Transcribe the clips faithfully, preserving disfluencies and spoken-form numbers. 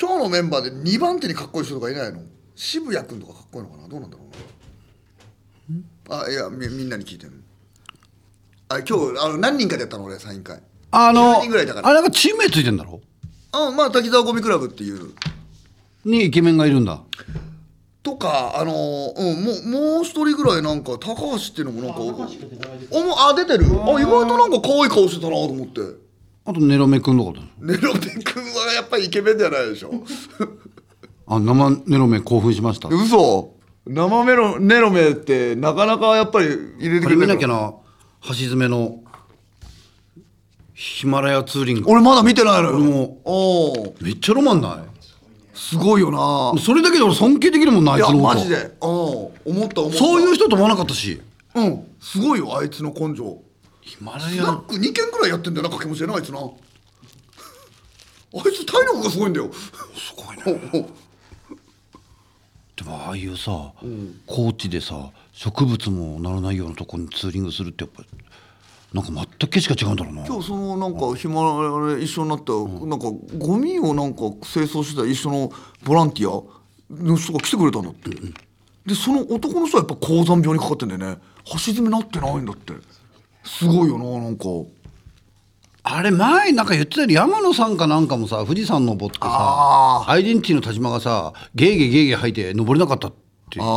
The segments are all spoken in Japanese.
今日のメンバーでにばん手にかっこいい人とかいないの？渋谷君とかかっこいいのかな、どうなんだろうな。あ、いや み, みんなに聞いてる。あ、今日あの何人かでやったの俺サイン会。 あのじゅうにんぐらいだから。 あれなんかチーム名ついてんだろ。 あ、まあ滝沢ゴミクラブっていうにイケメンがいるんだとか、あのー、うんもうもう一人ぐらいなんか高橋っていうのもなんかおもあ出てる。あ、意外となんか可愛い顔してたなと思って。 あとネロメ君とかだ。 ネロメ君はやっぱりイケメンじゃないでしょ。 あ、生ネロメ興奮しました。 嘘。生メロネロメってなかなかやっぱり入れてくれない。 これ見なきゃな。橋爪のヒマラヤツーリング。 俺まだ見てないのよ。 俺もおめっちゃロマンない？ すごいよな。 それだけで俺尊敬できるもんな、あいつのこと。 いやマジで。思った思った。 そういう人と思わなかったし。 うんすごいよあいつの根性。 ヒマラスヤナックにけんくらいやってんだよな、掛け持ちでなあいつな。あいつ体力がすごいんだよ。 すごいね。でもああいうさ、うん、高地でさ植物もならないようなとこにツーリングするってやっぱりなんか全く景色が違うんだろうな。 今日そのなんかヒマラヤで一緒になった、うん、なんかゴミをなんか清掃してた一緒のボランティアの人が来てくれたんだって、うん、でその男の人はやっぱ高山病にかかってんだよね。橋爪なってないんだって。すごいよな。なんかあれ前なんか言ってたよ。山野さんかなんかもさ富士山登ってさアイデンティティの田島がさゲーゲーゲーゲー吐いて登れなかったって言って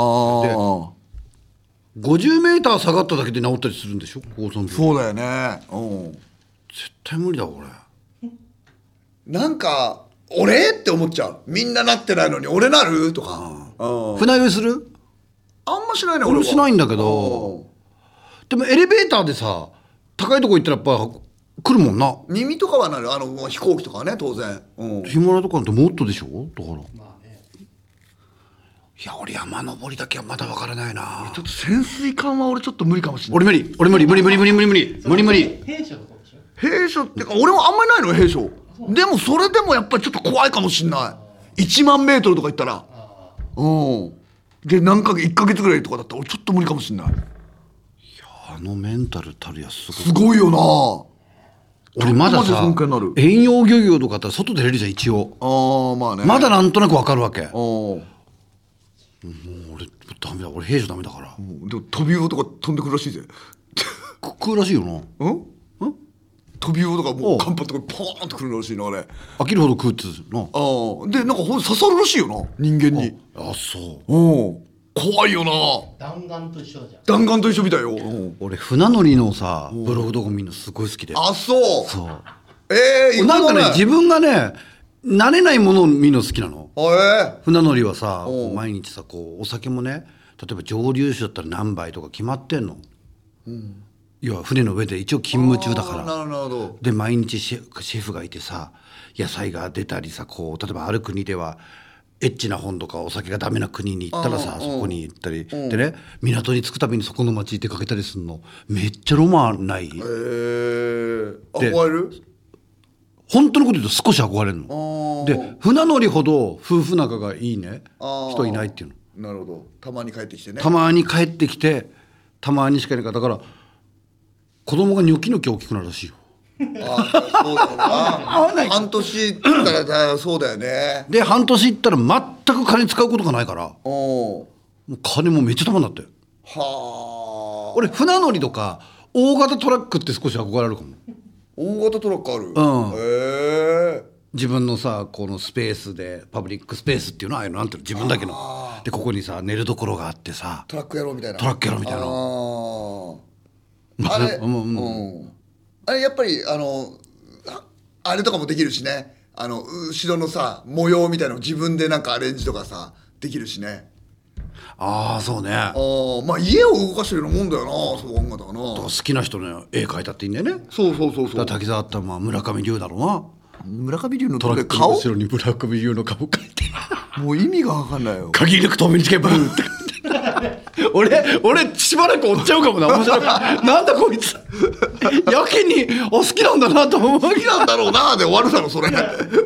ごじゅうメーター下がっただけで治ったりするんでしょ高山病。 そうだよね。うん絶対無理だ俺。 なんか俺って思っちゃう。みんななってないのに俺なるとか。 船酔いする？ あんましないね。 俺もしないんだけどでもエレベーターでさ高いとこ行ったらやっぱ来るもんな。 耳とかはなる。あの飛行機とかはね当然。 ヒマラヤとかなんてもっとでしょだから、まあね、いや俺山登りだけはまだ分からないな。 ちょっと潜水艦は俺ちょっと無理かもしれない。 俺無理俺無理無理無理無理無理無理無理無理。 兵所のことでしょ。 兵所ってか俺もあんまりないのよ兵所。でもそれでもやっぱりちょっと怖いかもしれない。いちまんメートルとか行ったらうんで何ヶ月いっかげつぐらいとかだったら俺ちょっと無理かもしれない。いやあのメンタルたるやすごいすごいよな。 俺まださ遠洋漁業とかあったら外出れるじゃん一応。 あ、まあね、 まだなんとなく分かるわけ。もう俺ダメだ俺兵所ダメだから。 でも飛び魚とか飛んでくるらしいぜ。 食うらしいよな。 うんん飛び魚とかもうカンパとかポーンとくるらしいなあれ。 飽きるほど食うってな。 あでなんかほん刺さるらしいよな人間に。 ああそう。 うん怖いよな。 弾丸と一緒じゃん。 弾丸と一緒みたいよ。 俺船乗りのさブログ動画見るのすごい好きで。 あそうそうえー、 なんかね自分がね慣れないものを見るの好きなの。 えー、 船乗りはさ毎日さこうお酒もね例えば蒸留酒だったら何杯とか決まってんの、うん、要は船の上で一応勤務中だから。 なるほど。 で毎日シェフ、シェフがいてさ野菜が出たりさこう例えばある国ではエッチな本とかお酒がダメな国に行ったらさそこに行ったりでね港に着くたびにそこの町に出かけたりするのめっちゃロマンない？へえー、憧れる？ 本当のこと言うと少し憧れるので船乗りほど夫婦仲がいいね人いないっていうの。なるほど。たまに帰ってきてね。 たまに帰ってきてたまにしかいないからだから子供がニョキニョキ大きくなるらしいよ。 あそうだよな。半年ったらそうだよね。 で半年行ったら全く金使うことがないからもう金もめっちゃたまんだって。はあ。俺船乗りとか大型トラックって少し憧れるかも。 大型トラックある？ うん。 へえ。 自分のさこのスペースでパブリックスペースっていうのはああいうのなんていうの自分だけのでここにさ寝るところがあってさトラックやろうみたいな。 トラックやろうみたいな。 ああれ、うんうん、あれやっぱりあのあれとかもできるしね。あの後ろのさ模様みたいなの自分でなんかアレンジとかさできるしね。 ああそうね。あまあ家を動かしてるようなもんだよな。そう考えたらな。 好きな人の絵描いたっていいんだよね。 そうそうそうそう。 だ滝沢あったらまあ村上龍だろうな。 村上龍のトラックの後ろに村上龍の顔描いてもう意味が分かんないよ。 限りなく透明に近いブーって俺俺しばらく追っちゃうかもな。面白いなんだこいつやけにお好きなんだなと思う。 好きなんだろうなで終わるだろそれ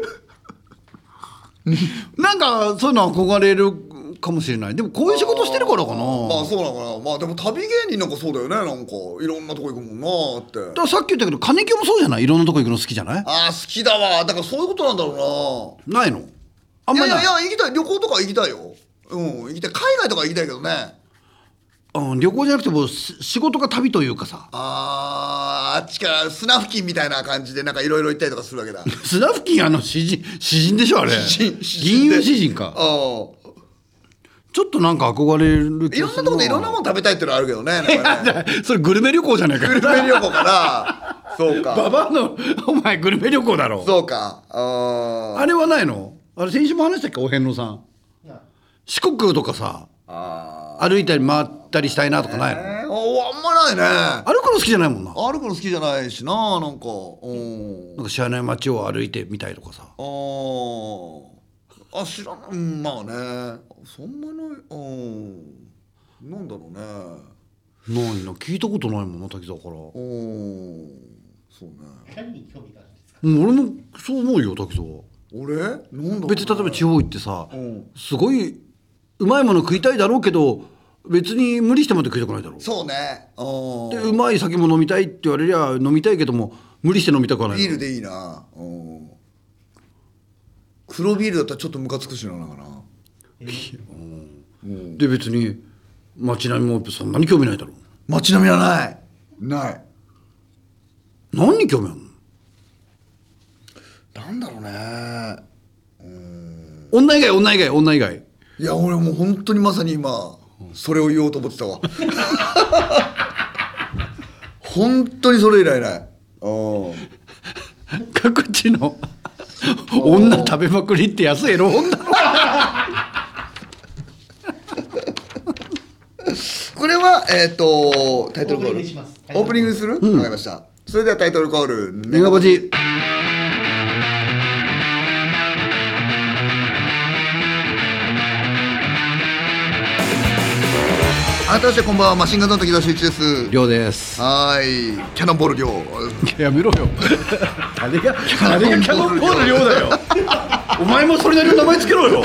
なんかそういうの憧れるかもしれない。でもこういう仕事してるからかな。 まあそうなのかな。まあでも旅芸人なんかそうだよね。なんかいろんなとこ行くもんなって。 だからさっき言ったけど金清もそうじゃない。いろんなとこ行くの好きじゃない？ ああ好きだわ。だからそういうことなんだろうな。 ないの？ あんまりないいやいやいや行きたい、旅行とか行きたいよ。うん行きたい、海外とか行きたいけどね。 うん、旅行じゃなくてもし仕事が旅というかさ、 あーあっちから砂付近みたいな感じでなんかいろいろ行ったりとかするわけだ。 砂付近あの詩人詩人でしょあれ。 詩人銀融詩人か。 あーちょっとなんか憧れるいろんなところでいろんなもの食べたいってのはあるけどね。なんかねそれグルメ旅行じゃないか。 グルメ旅行かな。そうか。 ババアのお前グルメ旅行だろ。 そうか。ああれはないの？あれ先週も話したっけお遍路さん。四国とかさあ歩いたり回ったりしたいなとかないの？ えー、おあんまないね。 歩くの好きじゃないもんな。 歩くの好きじゃないしな、なんか。うんなんか知らない街を歩いてみたいとかさ。 あーあ知らない、うんまあねそんなないうんなんだろうね。 ないな、聞いたことないもんな滝沢から。 うんそうね。 何に興味があるんですか。 うん俺もそう思うよ滝沢。 俺なんだろうね。 別に例えば地方行ってさ、 うんすごいうまいもの食いたいだろうけど別に無理してまで食いたくないだろう。 そうね。うんでうまい酒も飲みたいって言われりゃ飲みたいけども無理して飲みたくはないだろう。 ビールでいいな。うん黒ビールだったらちょっとムカつくしななんかな。 で別に街並みもそんなに興味ないだろう。 街並みはないない。 何に興味あるの？ なんだろうね。 女以外女以外女以外。 いや俺もう本当にまさに今それを言おうと思ってたわ。本当にそれ以来ない。うん各地の女食べまくりって安いエロ本だろ。 これはえっ、とタイトルコールオープニングにしますオープニングにする？わ、かりました。それではタイトルコールネガポジ。 改めましてこんばんは、マシンガンズの時田修一です。 りょうです。 はーい、キャノンボールりょう。 やめろよ。誰が誰がキャノンボールりょうだよ。お前もそれなりの名前つけろよ。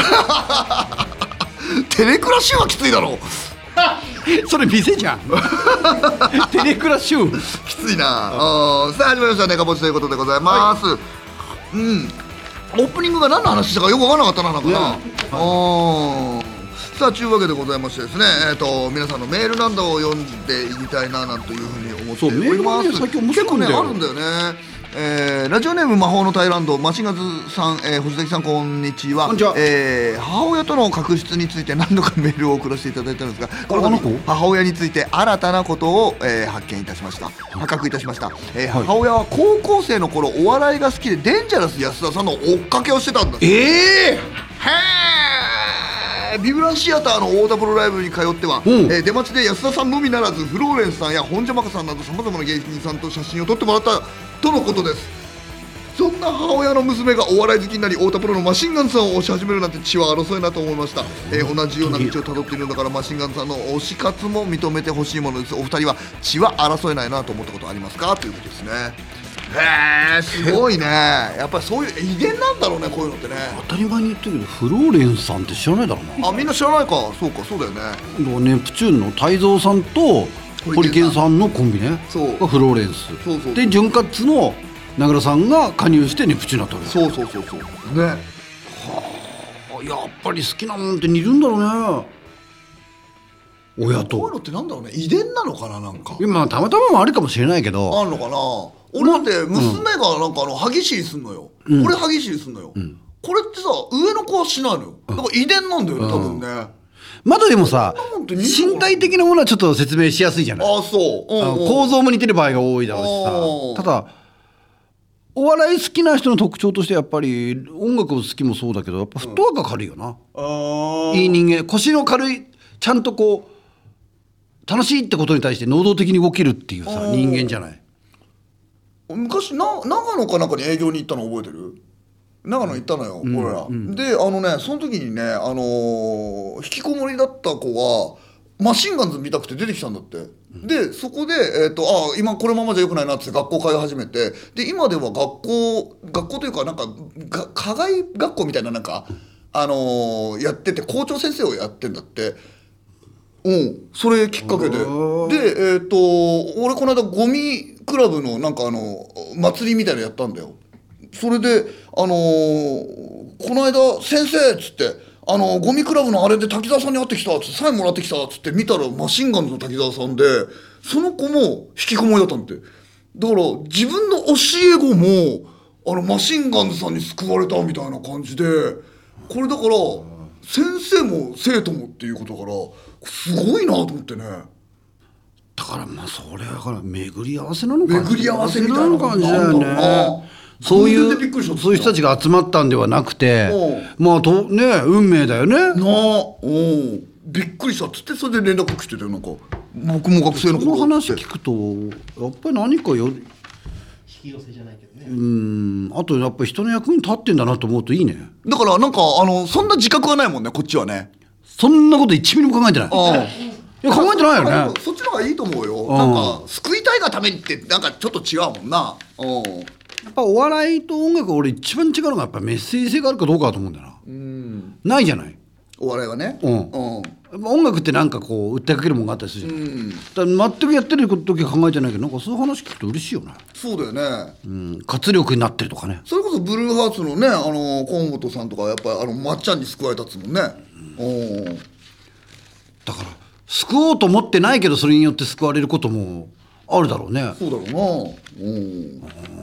テレクラシュはきついだろ。 それ店じゃん。テレクラシューきついな。あーさあ始まりましたネガポジということでございます。うんオープニングが何の話したかよく分からなかったな、なんかな。あーさあというわけでございましてですね、えー、と皆さんのメールなんだを読んでいきたいななんというふうに思っております。 そうメールがね最近面白いんだよ。 結構ねあるんだよね。えーラジオネーム魔法のタイランドマシンガンズさん、えー藤崎さんこんにちは。 こんにちは。 えー母親との確執について何度かメールを送らせていただいたんですが、このあの子母親について新たなことを、えー発見いたしました。発覚いたしました。えー母親は高校生の頃お笑いが好きでデンジャラス安田さんの追っかけをしてたんだ。 ええへービブランシアターの太田プロライブに通っては、 うんえー出待ちで安田さんのみならずフローレンスさんや本邪魔さんなどさまざまな芸人さんと写真を撮ってもらったとのことです。そんな母親の娘がお笑い好きになり太田プロのマシンガンズさんを推し始めるなんて血は争いなと思いました。えー同じような道をたどっているのだからマシンガンズさんの推し活も認めてほしいものです。お二人は血は争えないなと思ったことありますかということですね。へえすごいね。やっぱりそういう遺伝なんだろうね、こういうのってね。 当たり前に言ってるけどフローレンスさんって知らないだろうな。 あみんな知らないか。そうかそうだよね。 ネプチューンの泰造さんとホリケンさんのコンビねそうがフローレンスそうそうで潤滑の名倉さんが加入してネプチューンになったわけ。 そうそうそうそうね。 はあやっぱり好きなもんって似るんだろうね親こういうのと。 ってなんだろうね、遺伝なのかな、なんか今たまたまもあるかもしれないけどあんのかな。俺だって娘がなんかあの歯ぎしりすんのよ、 うん俺歯ぎしりすんのよ、これってさ上の子はしないのよ。だから遺伝なんだよね、多分ね。 まだでもさそんなもんって似るのかな身体的なものはちょっと説明しやすいじゃない。 ああそう、うんあのうん構造も似てる場合が多いだろうしおーさ。ただお笑い好きな人の特徴としてやっぱり音楽好きもそうだけどやっぱフットワークが軽いよな、 あーいい人間腰の軽いちゃんとこう楽しいってことに対して能動的に動けるっていうさおー人間じゃない。 昔な長野かなんかに営業に行ったの覚えてる？長野行ったのよ、俺ら、であのねその時にね、あのー引きこもりだった子はマシンガンズ見たくて出てきたんだって、でそこで、えー、とあ今このままじゃよくないなって学校通い始めて、で今では学校学校というかなんかが課外学校みたいななんか、あのーやってて校長先生をやってんだって。うんそれきっかけででえっ、と俺この間ゴミクラブのなんかあの祭りみたいなのやったんだよ。 それであのーこの間先生っつってあのゴミクラブのあれで滝沢さんに会ってきたっつってサインもらってきたっつって見たらマシンガンズの滝沢さんでその子も引きこもりだったんだってだから自分の教え子もあのマシンガンズさんに救われたみたいな感じでこれだから先生も生徒もっていうことだからすごいなと思ってねだからまあそれはだから巡り合わせなのかな巡り合わせみたいな感じだよねそういうそういう人たちが集まったんではなくてまあとね運命だよねなあおびっくりしたっつってそれで連絡来てたよなんか僕も学生のこの話聞くとやっぱり何かよ引き寄せじゃないけどねうんあとやっぱり人の役に立ってんだなと思うといいねだからなんかあのそんな自覚はないもんねこっちはねそんなこといちミリも考えてないああいや考えてないよねそっちの方がいいと思うよなんか救いたいがためにってなんかちょっと違うもんなうんやっぱお笑いと音楽俺一番違うのがやっぱメッセージ性があるかどうかだと思うんだよなうんないじゃないお笑いはねうん、うん、やっぱ音楽ってなんかこう訴えかけるものがあったりするじゃん、うん、だから全くやってる時は考えてないけどなんかそういう話聞くと嬉しいよねそうだよね、 うん、活力になってるとかねそれこそブルーハーツのねあの河本さんとかやっぱりあのまっちゃんに救われたっつもんね、うん、 だから救おうと思ってないけどそれによって救われることもあるだろうねそうだろうなうん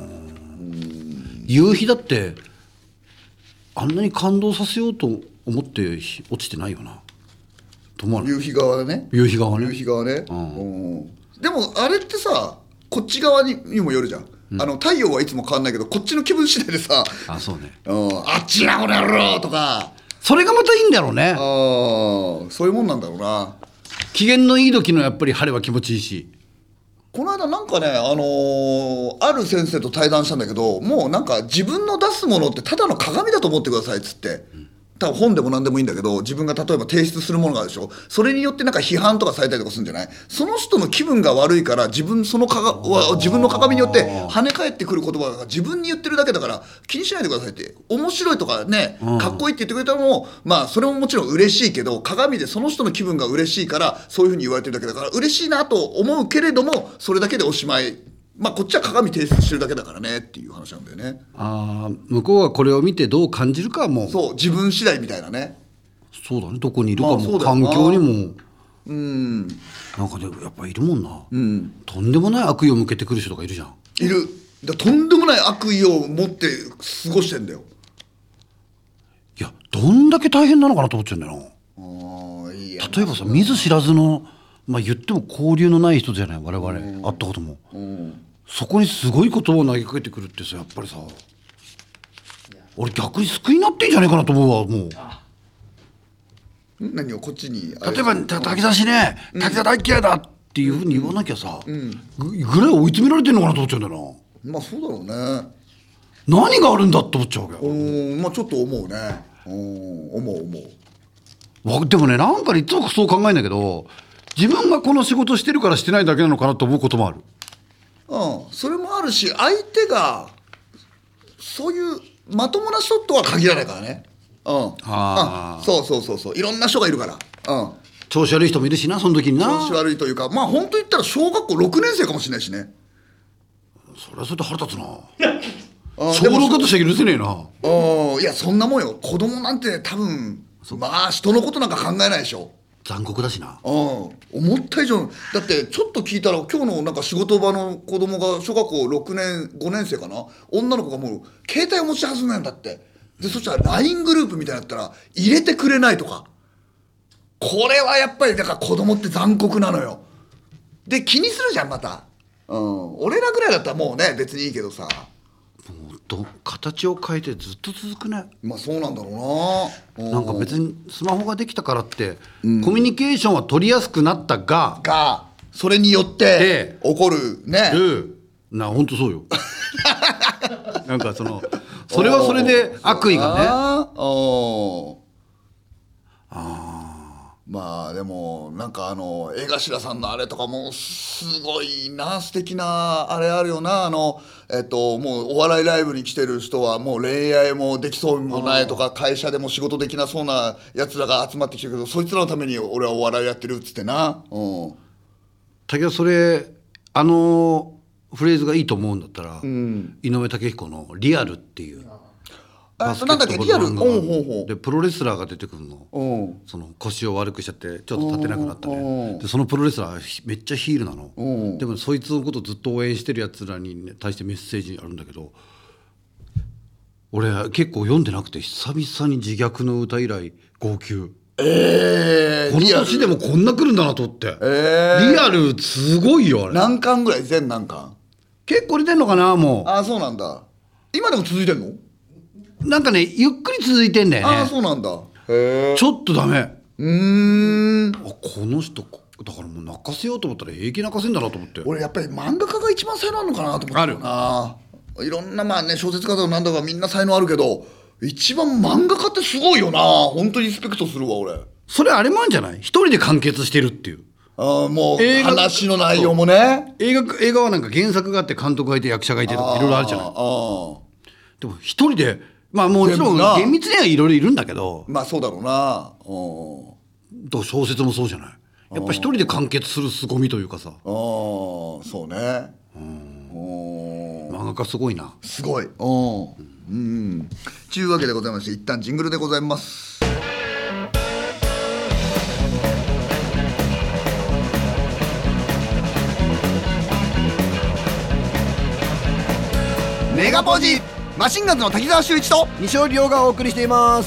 夕日だってあんなに感動させようと思って落ちてないよなと思わない夕日側ね夕日側ね夕日側ね、 うんうん、でもあれってさこっち側にもよるじゃん、うん、あの太陽はいつも変わんないけどこっちの気分次第でさあそうね、 うん、あっちなこの野郎とかそれがまたいいんだろうねあそういうもんなんだろうな機嫌のいい時のやっぱり晴れは気持ちいいしこの間なんかね、あのー、ある先生と対談したんだけどもうなんか自分の出すものってただの鏡だと思ってくださいっつって、うん多分本でも何でもいいんだけど自分が例えば提出するものがあるでしょそれによってなんか批判とかされたりとかするんじゃないその人の気分が悪いから自分そのかが自分の鏡によって跳ね返ってくる言葉が自分に言ってるだけだから気にしないでくださいって面白いとかねかっこいいって言ってくれたのもまあそれももちろん嬉しいけど鏡でその人の気分が嬉しいからそういうふうに言われてるだけだから嬉しいなと思うけれどもそれだけでおしまいまあこっちは鏡提出してるだけだからねっていう話なんだよねあ向こうがこれを見てどう感じるかはもうそう自分次第みたいなねそうだねどこにいるかも、 まあ、 環境にもうんなんかでやっぱいるもんな、 うん、 とんでもない悪意を向けてくる人とかいるじゃんいるだとんでもない悪意を持って過ごしてんだよいやどんだけ大変なのかなと思っちゃうんだよなあいや例えばさ見ず知らずのまあ言っても交流のない人じゃない我々、うん、会ったことも、うんそこにすごい言葉を投げかけてくるってさやっぱりさ俺逆に救いになってんじゃねえかなと思うわもう何をこっちに例えば滝沢氏ね、うん、滝沢大嫌いだっていうふうに言わなきゃさ、うん、ぐ, ぐらい追い詰められてんのかなと思っちゃうんだよなまあそうだろうね何があるんだって思っちゃうわけようんまあちょっと思うねうん思う思うでもねなんかいつもそう考えるんだけど自分がこの仕事してるからしてないだけなのかなと思うこともあるうん、それもあるし相手がそういうまともな人とは限らないからね、うん、ああそうそうそうそういろんな人がいるから、うん、 調子悪い人もいるしなその時にな調子悪いというかまあ本当言ったら小学校ろくねん生かもしれないしねそれはそれで腹立つな小ろくとして許せねえなあいやそんなもんよ子供なんて多分まあ人のことなんか考えないでしょ残酷だしなうん思った以上だってちょっと聞いたら今日のなんか仕事場の子供が小学校ろくねんごねん生かな女の子がもう携帯を持ちはずなんだってでそしたら ライン グループみたいなのやったら入れてくれないとかこれはやっぱりだから子供って残酷なのよで気にするじゃんまた、うん、俺らぐらいだったらもうね別にいいけどさもうど形を変えてずっと続くねまあそうなんだろうななんか別にスマホができたからって、うん、コミュニケーションは取りやすくなったががそれによって起こるねえな本当そうよなんかそのそれはそれで悪意がねああまあでもなんかあの江頭さんのあれとかもすごいな素敵なあれあるよなあのえっともうお笑いライブに来てる人はもう恋愛もできそうもないとか会社でも仕事できなそうなやつらが集まってきてるけどそいつらのために俺はお笑いやってるっつってなうんだけどそれあのフレーズがいいと思うんだったら、 ん井上武彦の「リアル」っていうあバスケットボールなんだっけリアル漫画があるおうほうほうでプロレスラーが出てくるの。 うんその腰を悪くしちゃってちょっと立てなくなったうんね。でそのプロレスラーひめっちゃヒールなの。 うんでもそいつのことずっと応援してるやつらに、ね、対してメッセージあるんだけど、俺結構読んでなくて久々に自虐の歌以来号泣。 えー、 このリアル年でもこんな来るんだなと思って、 えーリアルすごいよあれ。 何巻ぐらい全何巻結構出てんのかなもああそうなんだ今でも続いてんの、 うなんかねゆっくり続いてんだよああね。 そうなんだへえちょっとダメ。 うーんあこの人だからもう泣かせようと思ったら平気泣かせんだなと思って。 俺やっぱり漫画家が一番才能あるのかなと思ってるないろんなまあね小説家とかなんだかみんな才能あるけど一番漫画家ってすごいよな本当にリスペクトするわ俺それあれもあるんじゃない、一人で完結してるっていう。 ああもう映画話の内容もね映画映画はなんか原作があって監督がいて役者がいてとかいろいろあるじゃない。 ああでも一人でまあもちろん全部な厳密にはいろいろいるんだけど、 まあそうだろうなうんだから小説もそうじゃない。やっぱ一人で完結する凄みというかさ、 ああそうねうん漫画家すごいな。 すごいうんうんというわけでございまして一旦ジングルでございます。メガポージマシンガンズの滝沢秀一と西尾亮がお送りしています。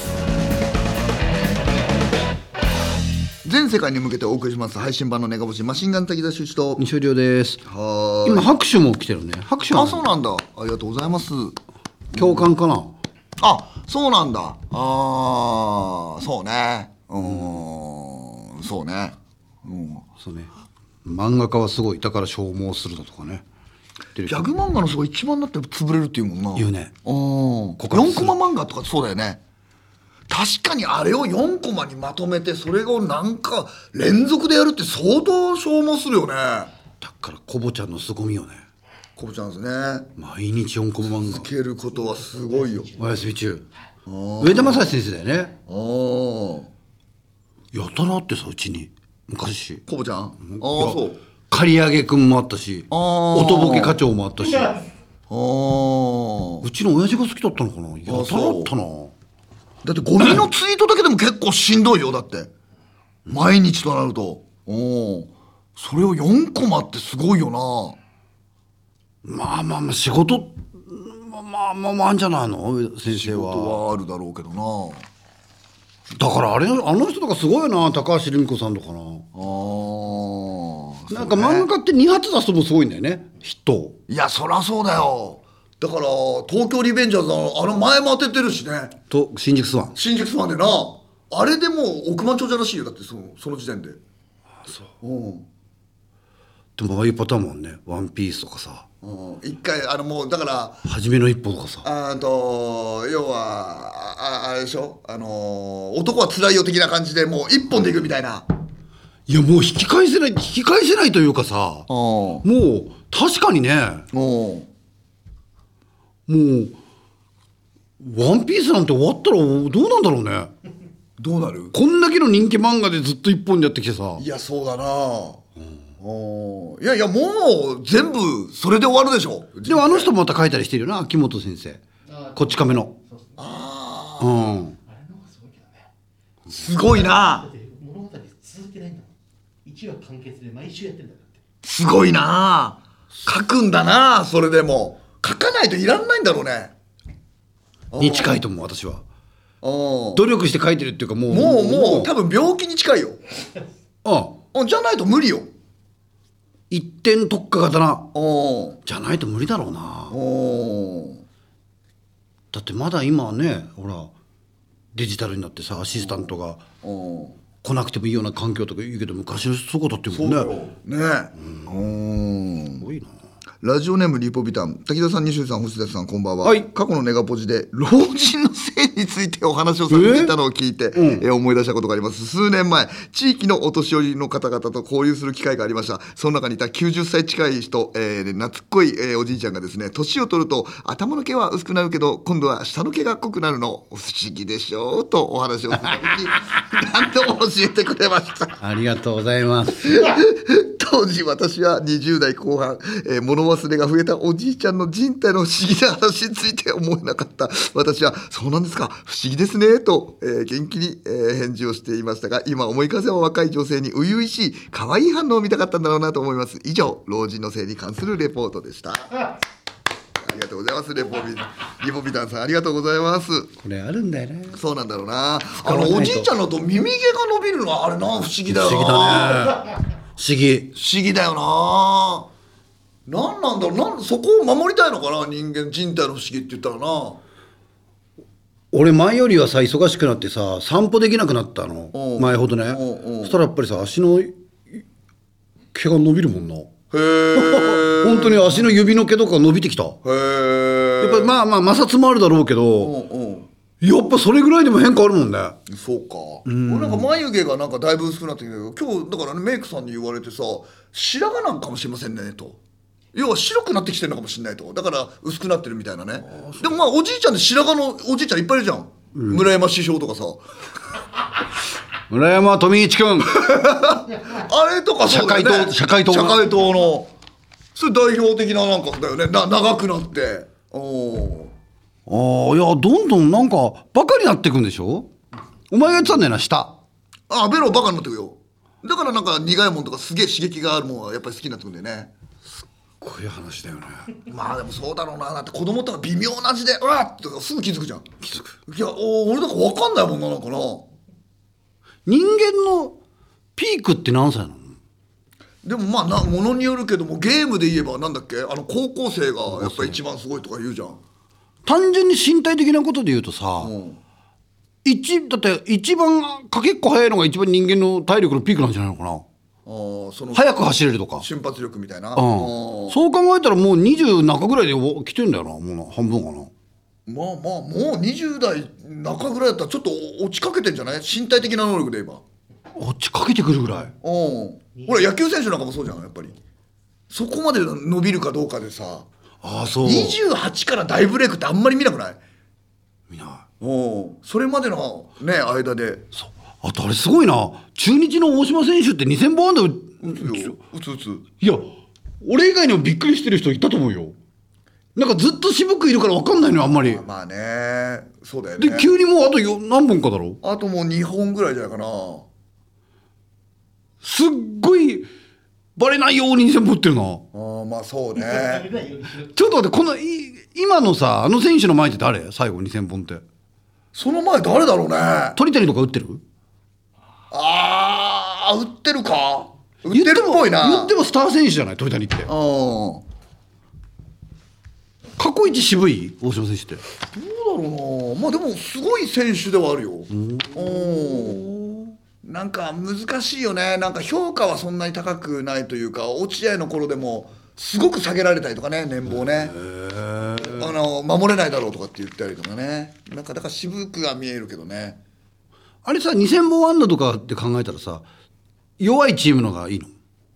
全世界に向けてお送りします配信版のネガポジマシンガン滝沢秀一と西尾亮です。 はーい今拍手も来てるね。拍手はあそうなんだありがとうございます共感かな。 あそうなんだああそうねうーんそうねうんそうね。漫画家はすごいだから消耗するだとかね。ギギャグ漫画の人が一番だって潰れるっていうもんな言うね。 うん枯渇するよんコマ漫画とかそうだよね確かにあれをよんコマにまとめてそれをなんか連続でやるって相当消耗するよねだからコボちゃんの凄みよね。 コブちゃんですね毎日よんコマ漫画。 つけることはすごいよお休み中。上田正史先生だよね。 ああやたらあってさうちに昔。 コブちゃんああいやそう刈り上げくんもあったし、 あー音ボケ課長もあったし、 ああうちの親父が好きだったのかな。やたらあったな。 だってゴミのツイートだけでも結構しんどいよだって毎日となるとおそれをよんコマってすごいよなまあまあまあ仕事まあまあまあまああんじゃないの先生ことは。 はあるだろうけどなだからあれあの人とかすごいよな、高橋留美子さんとかな。 あーなんか漫画家ってに発出すともすごいんだよねヒットを。 いやそりゃそうだよだから東京リベンジャーズのあの前も当ててるしねと新宿スワン。 新宿スワンでなあれでもう億万長者らしいよだってそのその時点でそううんでもああいうパターンもんね。ワンピースとかさ、 うん一回あのもうだから初めの一歩とかさ。 あーと要はああれでしょあのー男はつらいよ的な感じでもう一本でいくみたいな、 いやもう引き返せない引き返せないというかさ、もう確かにね、 ももうワンピースなんて終わったらどうなんだろうね。 うどうなるこんだけの人気漫画でずっと一本でやってきてさ。 いやそうだな、うん、いやいやもう全部それで終わるでしょでもあの人もまた書いたりしてるよな、秋元先生。こっち亀の。 あうん。 あれの方がすごいけどね。 ーすごいなだって物語続けないんだもん。一話完結で毎週やってんだからって。 すごいな書くんだなそれでも書かないといらんないんだろうねに近いと思う私は。 うん努力して書いてるっていうかもうもうもう多分病気に近いようんうんじゃないと無理よ一点特化型なうんじゃないと無理だろうな。 うんだってまだ今はねほらデジタルになってさアシスタントがうん来なくてもいいような環境とか言うけど昔の人そうだっていうもんね。 ねうんすごいな。 ラジオネームリポビタン滝田さん西尾さん星田さんこんばんは、 はい過去のネガポジで老人の性についてお話をされていたのを聞いて、えうんー思い出したことがあります。数年前地域のお年寄りの方々と交流する機会がありました。その中にいたきゅうじゅっさい近い人、えー、懐っこい、えーおじいちゃんがですね年を取ると頭の毛は薄くなるけど今度は下の毛が濃くなるの不思議でしょうとお話をする時何度も教えてくれましたありがとうございます。 と当時私はにじゅう代後半、えー物忘れが増えたおじいちゃんの人体の不思議な話について思えなかった私は、そうなんですか、不思議ですねと、えー元気に、えー返事をしていましたが、今思い返せば若い女性に初々しい可愛い反応を見たかったんだろうなと思います。以上、老人の性に関するレポートでした。ありがとうございます。レポビリポビタンさん、ありがとうございます。 これあるんだよね。 そうなんだろうな。あわないとのおじいちゃんのと耳毛が伸びるのはあれな、不思議だよな。 不思議だね。不思議。 不思議だよな。なんなんだろう、なんそこを守りたいのかな、人間人体の不思議って言ったらな。 俺前よりはさ忙しくなってさ散歩できなくなったの、 うん前ほどね。 うんうんそしたらやっぱりさ足の毛が伸びるもんな。 へえ。 本当に足の指の毛とか伸びてきた。やっへえ。 ぱりまあまあ摩擦もあるだろうけど、 うんうん。 やっぱそれぐらいでも変化あるもんね。 そうか。俺なんか眉毛がなんかだいぶ薄くなってきたけど、今日だからねメイクさんに言われてさ、白髪なんかもしれませんねと。要は白くなってきてるのかもしれないと。だから薄くなってるみたいなね。でもまあおじいちゃんで白髪のおじいちゃんいっぱいいるじゃん。村山師匠とかさ。 村山富一君あれとかそうだよね。 社会党社会党社会党のそれ代表的ななんかだよね。な長くなって。おお。 ああいやどんどんなんかバカになっていくんでしょ。お前が言ってたんだよな下。 あ、ベロバカになってくよ。だからなんか苦いもんとかすげえ刺激があるもんはやっぱり好きになってくるんだよね。 こういう話だよね。 まあでもそうだろうな。だって子供とか微妙な味でうわっとかすぐ気づくじゃん。 気づく。 いやお俺なんか分かんないもんな、なんかな。 人間のピークって何歳なの。 でもまあなものによるけども、ゲームで言えばなんだっけ、あの高校生がやっぱり一番すごいとか言うじゃん。 単純に身体的なことで言うとさ、 うん一だって一番かけっこ早いのが一番人間の体力のピークなんじゃないのかな。 あーその速く走れるとか。 瞬発力みたいな。 うん、 あーそう考えたらもうにじゅう中ぐらいでお来てんだよな。もうな半分かな。 まあまあもうにじゅう代中ぐらいだったらちょっと落ちかけてんじゃない、身体的な能力で言えば。 落ちかけてくるぐらい。 うんほら野球選手なんかもそうじゃん。やっぱりそこまで伸びるかどうかでさ、 ああそう。 にじゅうはちから大ブレイクってあんまり見なくない？ 見ない。 おそれまでのね間で。 そう。あとあれすごいな。中日の大島選手ってにせんぼん安打打打つよ打つ打つ。 いや俺以外にもびっくりしてる人いたと思うよ。なんかずっと渋くいるから分かんないのよあんまり。 まあねそうだよね。 で急にもうあとよ何本かだろ。 あともうにほんぐらいじゃないかな。 すっごいバレないようににせんぼん打ってるな。 ああまあそうね。 ちょっと待ってこのい今のさあの選手の前って誰最後にせんぼんって。 その前誰だろうね。 鳥谷とか打ってる。 ああ打ってるか。打って言ってもるっぽいな。 言ってもスター選手じゃない鳥谷って。 うん過去一渋い大島選手って。 どうだろうな。まあでもすごい選手ではあるよ。うんなんか難しいよね。なんか評価はそんなに高くないというか、落合の頃でもすごく下げられたりとかね、年俸ね。あの守れないだろうとかって言ったりとかね。なんかだから渋くは見えるけどね。 あれさにせんぼん安打とかって考えたらさ弱いチームのがいいの。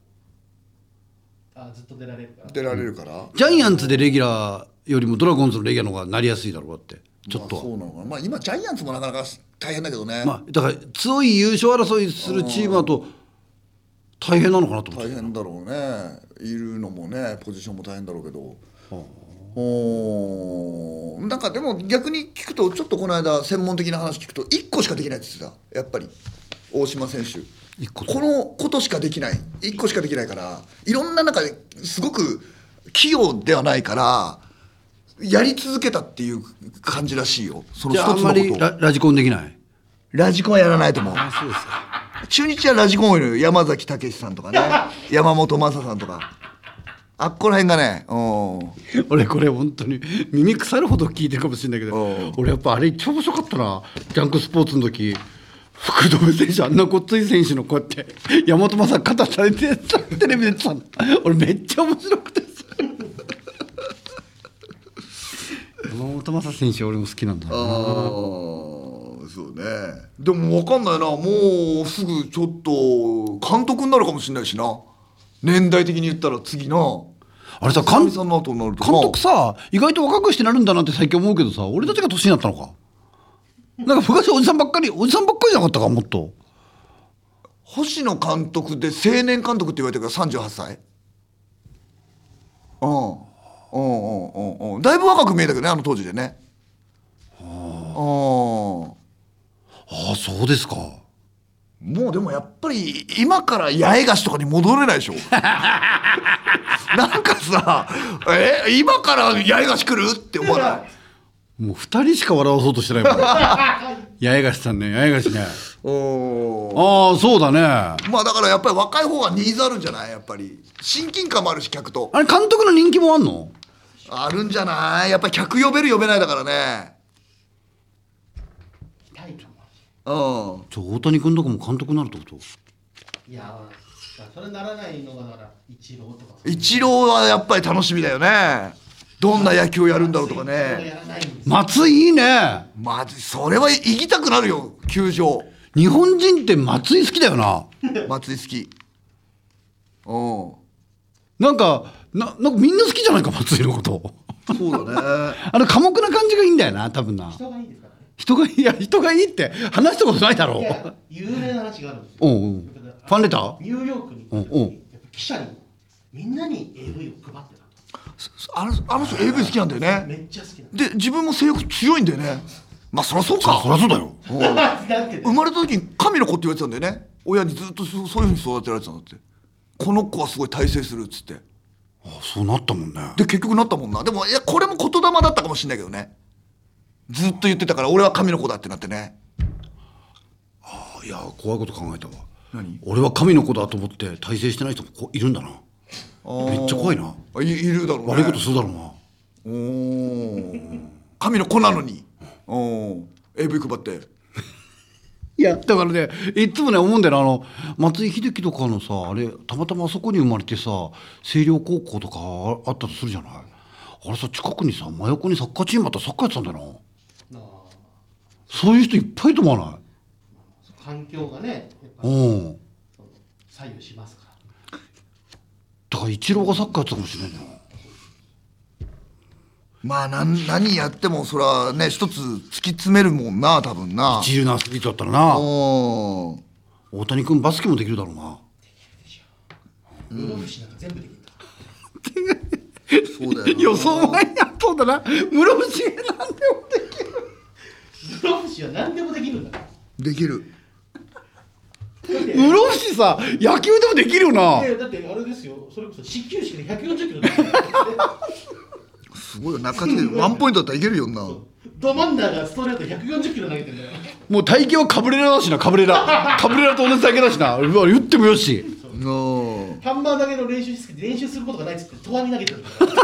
あずっと出られるから。 出られるから。 ジャイアンツでレギュラーよりもドラゴンズのレギュラーの方がなりやすいだろうってちょっとは。 まあ、そうなのかな。まあ今ジャイアンツもなかなか大変だけどね。 まあだから強い優勝争いするチームだと大変なのかなと思って。 大変だろうね。いるのもねポジションも大変だろうけど。おなんかでも逆に聞くとちょっとこの間専門的な話聞くといっこしかできないって言ってた。やっぱり大島選手一個このことしかできないいっこしかできないからいろんな中ですごく器用ではないからやり続けたっていう感じらしいよ。そのじゃああんま一つのことりララジコンできない。 ラジコンはやらないと思う。 あそうですか。 中日はラジコン多いのよ。山崎武さんとかね山本昌さんとかあっこら辺がね。うん俺これ本当に耳腐るほど聞いてるかもしれないけどうん俺やっぱあれ一番面白かったな。ジャンクスポーツの時福留選手あんなごっつい選手のこうやって山本昌肩されてテレビでやってたの俺めっちゃ面白くてさ山本昌選手俺も好きなんだああな。 そうね。でも分かんないな。もうすぐちょっと監督になるかもしれないしな。年代的に言ったら次な。 あれさ監監さんの後になると監督さ意外と若くしてなるんだなって最近思うけどさ俺たちが年になったのか。なんか昔おじさんばっかりおじさんばっかりじゃなかったかもっと。 星野監督で青年監督って言われてるからさんじゅうはっさい。うんうんうんうんうん。だいぶ若く見えたけどね、あの当時でね。ああ。 ああそうですか。 もうでもやっぱり今から八重樫とかに戻れないでしょ。なんかさ、え今から八重樫来るって思わない？ もう二人しか笑わそうとしてないもん。八重樫さんね、八重樫ね。 おああそうだね。 まあだからやっぱり若い方がニーズあるんじゃない？やっぱり親近感もあるし、客とあれ監督の人気もあんの？ あるんじゃない？やっぱり客呼べる呼べないだからね。 タイトルもあるし。 うん。 じゃあ大谷君とかも監督になるってこと？ いやそれならないのがだからイチローとかイチローはやっぱり楽しみだよね。どんな野球をやるんだろうとかやね。 らないんですよ。 松井いいね。 まずそれは行きたくなるよ、球場。 日本人って松井好きだよな。 松井好き。うん。 なんかななんかみんな好きじゃないか松井のこと。 そうだね。 あの寡黙な感じがいいんだよな多分な。 人がいいですからね。 人がいいや人がいいって話したことないだろいや有名な話があるんですよ。 おうおうファンレター？ ニューヨークに行った時おうおうにやっぱ記者にみんなに エーブイ を配ってたと。 あのあの人 エーブイ 好きなんだよね。 めっちゃ好きなんで自分も性欲強いんだよね。まあそりゃそうか。 そりゃそうだよ。 だって生まれた時に神の子って言われてたんだよね。親にずっとそうそういうふうに育てられてたんだって。この子はすごい大成するっつって。 あそうなったもんね。 で結局なったもんな。でもいやこれも言霊だったかもしれないけどね。ずっと言ってたから俺は神の子だってなってね。 あいや怖いこと考えたわ。 何？ 俺は神の子だと思って大成してない人もこいるんだな。めっちゃ怖いな。 あいいるだろうね。 悪いことするだろうな。 おー神の子なのに。おー エーブイ 配って。 いやだからねいつもね思うんだよな。あの松井秀喜とかのさあれたまたまあそこに生まれてさ星稜高校とかああったとするじゃない。あれさ近くにさ真横にサッカーチームあったらサッカーやってたんだよな。 なあそういう人いっぱいいると思わない？ 環境がねやっぱうん左右しますから。 だからイチローがサッカーやってたかもしれないな。 まあ何何やってもそれはね一つ突き詰めるもんな多分な。 一流のアスリートだったらな。 おー大谷君バスケもできるだろうな。 室伏なんか全部できるんだ。 そうだよな。 予想前にあそうだな。室伏なんでもできる。 室伏は何でもできるんだから。 できる。 室伏さ野球でもできるよな。 いやだってあれですよ、それこそ始球式でひゃくよんじゅっキロ出てる。 すごいよ中地でワンポイントだったらいけるよな。 ど真ん中ストレートひゃくよんじゅっキロ投げてるんだよ。 もう体型はカブレラだしな。カブレラカブレラと同じ体型だしな。うわ言ってもよし。 のハンマー投げの練習室で練習することがないっつってトワに投げてるんだよ。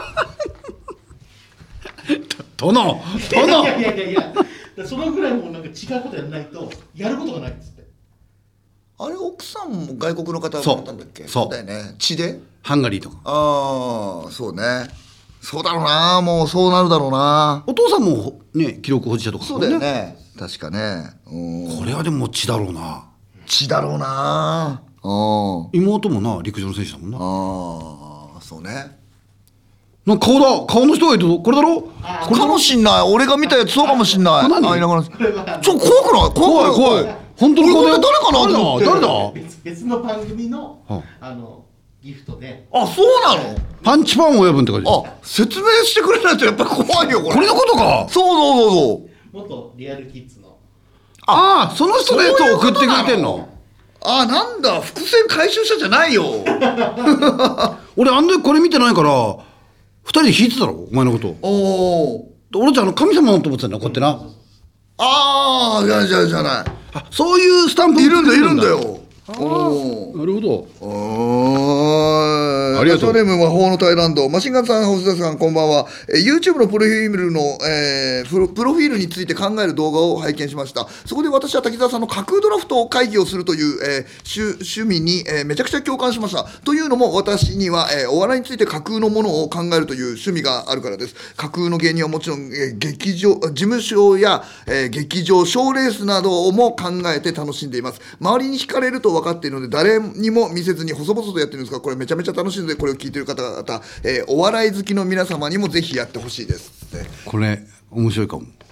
殿いや殿いやいやいや、だからそのぐらいもうなんか違うことやらないとやることがないっつって。 あれ奥さんも外国の方そうだったんだっけ？ そうだよね。血で？ ハンガリーとか。 ああそうね。そうだろうな。もうそうなるだろうな。 お父さんもね記録保持者とかそうだよね。確かね。うんこれはでも血だろうな。 血だろうな。うん妹もな陸上の選手だもんな。 ああそうね。 なんか顔だ顔の人がいるとこれだろ。 あこれかもしんない。俺が見たやつそうかもしんない。 これ何あいながらちこれはょ怖くない？怖くない？ 怖い怖い。本当の顔だよ。 俺これ誰かなと思って誰だ誰だ。 別別の番組の、 はあのギフトであそうなの？ パンチパン親分って感じ。 あ説明してくれないとやっぱり怖いよこれ。 これのことか。 そうそうそうそう。 元リアルキッズのああその人のやつを送ってくれてんの。 あなんだ伏線回収者じゃないよ。 俺あん時これ見てないから二人で弾いてたろお前のこと。 おお。 俺じゃあの神様だと思ってたんだこうやってな。 ああじゃあじゃあじゃない。 あそういうスタンプいるんだいるんだよ。 よ。おお。 なるほど。 おーありがとうラジオネーム魔法のタイランドマシンガンさん星田さんこんばんは、えー、YouTube のプロフィールの、えープロ、プロフィールについて考える動画を拝見しました。そこで私は滝沢さんの架空ドラフト会議をするという、えー、趣趣味に、えーめちゃくちゃ共感しました。というのも私には、えーお笑いについて架空のものを考えるという趣味があるからです。架空の芸人はもちろん、えー劇場事務所や、えー劇場賞レースなども考えて楽しんでいます。周りに惹かれると分かっているので誰にも見せずに細々とやってるんですがこれめちゃめちゃ楽しいのでこれを聞いている方々、えーお笑い好きの皆様にもぜひやってほしいです、ね、 これ面白いかも。